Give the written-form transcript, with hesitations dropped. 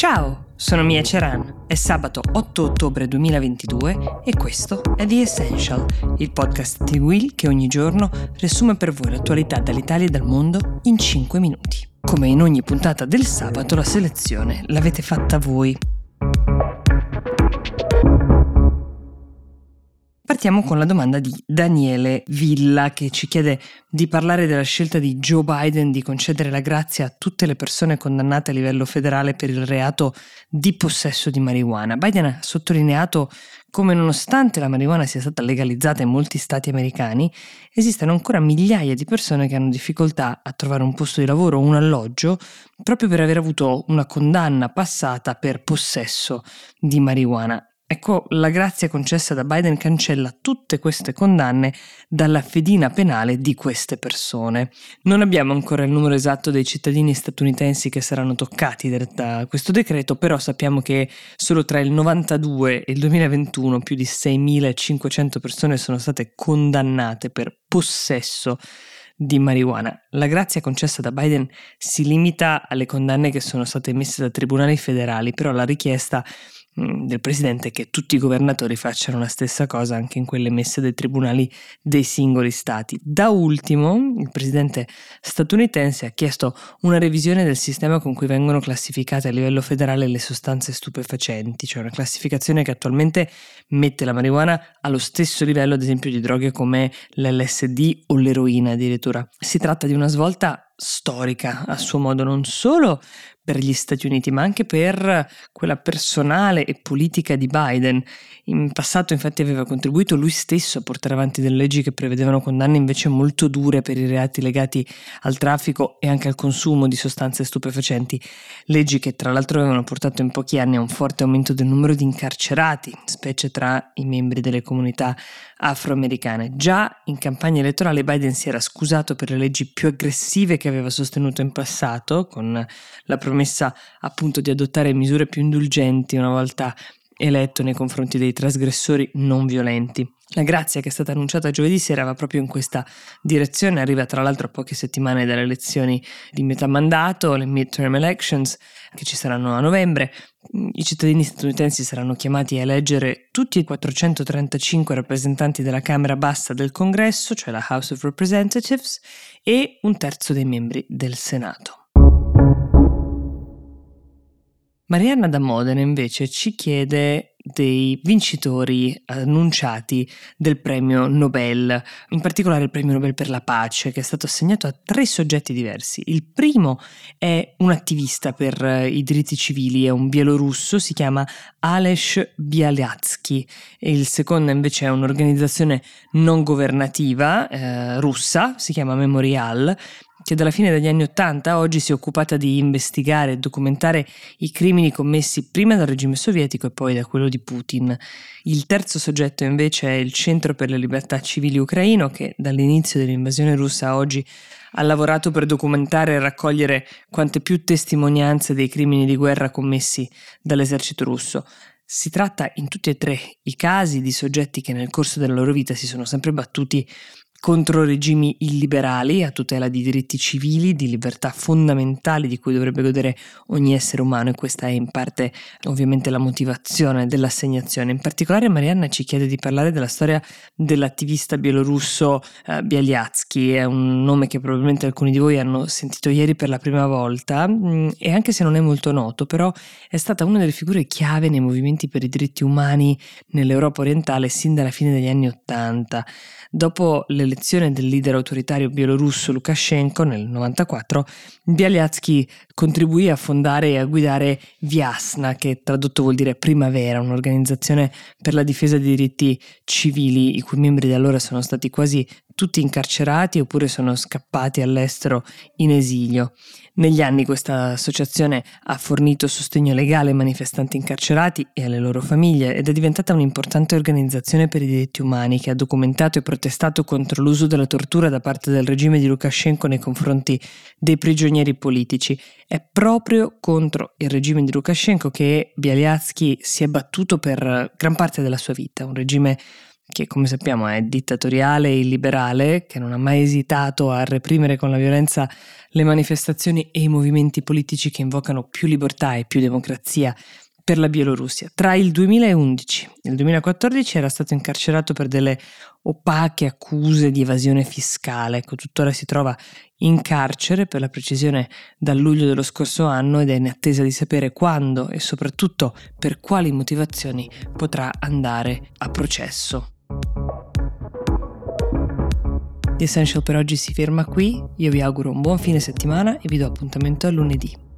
Ciao, sono Mia Ceran, è sabato 8 ottobre 2022 e questo è The Essential, il podcast di Will che ogni giorno riassume per voi l'attualità dall'Italia e dal mondo in 5 minuti. Come in ogni puntata del sabato, la selezione l'avete fatta voi. Partiamo con la domanda di Daniele Villa che ci chiede di parlare della scelta di Joe Biden di concedere la grazia a tutte le persone condannate a livello federale per il reato di possesso di marijuana. Biden ha sottolineato come nonostante la marijuana sia stata legalizzata in molti stati americani, esistano ancora migliaia di persone che hanno difficoltà a trovare un posto di lavoro o un alloggio proprio per aver avuto una condanna passata per possesso di marijuana. Ecco, la grazia concessa da Biden cancella tutte queste condanne dalla fedina penale di queste persone. Non abbiamo ancora il numero esatto dei cittadini statunitensi che saranno toccati da questo decreto, però sappiamo che solo tra il 92 e il 2021 più di 6.500 persone sono state condannate per possesso di marijuana. La grazia concessa da Biden si limita alle condanne che sono state emesse da tribunali federali, però la richiesta del presidente è che tutti i governatori facciano la stessa cosa anche in quelle emesse dai tribunali dei singoli stati. Da ultimo, il presidente statunitense ha chiesto una revisione del sistema con cui vengono classificate a livello federale le sostanze stupefacenti, cioè una classificazione che attualmente mette la marijuana allo stesso livello, ad esempio, di droghe come l'LSD o l'eroina addirittura. Si tratta di una svolta storica, a suo modo, non solo per gli Stati Uniti, ma anche per quella personale e politica di Biden. In passato, infatti, aveva contribuito lui stesso a portare avanti delle leggi che prevedevano condanne invece molto dure per i reati legati al traffico e anche al consumo di sostanze stupefacenti. Leggi che, tra l'altro, avevano portato in pochi anni a un forte aumento del numero di incarcerati, specie tra i membri delle comunità afroamericane. Già in campagna elettorale Biden si era scusato per le leggi più aggressive che aveva sostenuto in passato, con la promessa appunto di adottare misure più indulgenti una volta eletto nei confronti dei trasgressori non violenti. La grazia che è stata annunciata giovedì sera va proprio in questa direzione, arriva tra l'altro a poche settimane dalle elezioni di metà mandato, le midterm elections che ci saranno a novembre. I cittadini statunitensi saranno chiamati a eleggere tutti i 435 rappresentanti della Camera Bassa del Congresso, cioè la House of Representatives, e un terzo dei membri del Senato. Marianna da Modena invece ci chiede dei vincitori annunciati del premio Nobel, in particolare il premio Nobel per la pace, che è stato assegnato a 3 soggetti diversi. Il primo è un attivista per i diritti civili, è un bielorusso, si chiama Ales Bialiatski, e il secondo invece è un'organizzazione non governativa russa, si chiama Memorial, che dalla fine degli anni '80 a oggi si è occupata di investigare e documentare i crimini commessi prima dal regime sovietico e poi da quello di Putin. Il terzo soggetto invece è il Centro per le Libertà Civili ucraino, che dall'inizio dell'invasione russa a oggi ha lavorato per documentare e raccogliere quante più testimonianze dei crimini di guerra commessi dall'esercito russo. Si tratta in tutti e 3 i casi di soggetti che nel corso della loro vita si sono sempre battuti contro regimi illiberali a tutela di diritti civili, di libertà fondamentali di cui dovrebbe godere ogni essere umano, e questa è in parte ovviamente la motivazione dell'assegnazione. In particolare Marianna ci chiede di parlare della storia dell'attivista bielorusso Bialiatski, è un nome che probabilmente alcuni di voi hanno sentito ieri per la prima volta e anche se non è molto noto, però è stata una delle figure chiave nei movimenti per i diritti umani nell'Europa orientale sin dalla fine degli anni '80. Dopo l'elezione del leader autoritario bielorusso Lukashenko nel 1994, Bialiatski contribuì a fondare e a guidare Viasna, che tradotto vuol dire primavera, un'organizzazione per la difesa dei diritti civili, i cui membri da allora sono stati quasi tutti incarcerati oppure sono scappati all'estero in esilio. Negli anni questa associazione ha fornito sostegno legale ai manifestanti incarcerati e alle loro famiglie ed è diventata un'importante organizzazione per i diritti umani che ha documentato e protestato contro l'uso della tortura da parte del regime di Lukashenko nei confronti dei prigionieri politici. È proprio contro il regime di Lukashenko che Bialiatski si è battuto per gran parte della sua vita, un regime che come sappiamo è dittatoriale e illiberale, che non ha mai esitato a reprimere con la violenza le manifestazioni e i movimenti politici che invocano più libertà e più democrazia per la Bielorussia. Tra il 2011 e il 2014 era stato incarcerato per delle opache accuse di evasione fiscale. Ecco, tuttora si trova in carcere, per la precisione dal luglio dello scorso anno, ed è in attesa di sapere quando e soprattutto per quali motivazioni potrà andare a processo. The Essential per oggi si ferma qui, io vi auguro un buon fine settimana e vi do appuntamento a lunedì.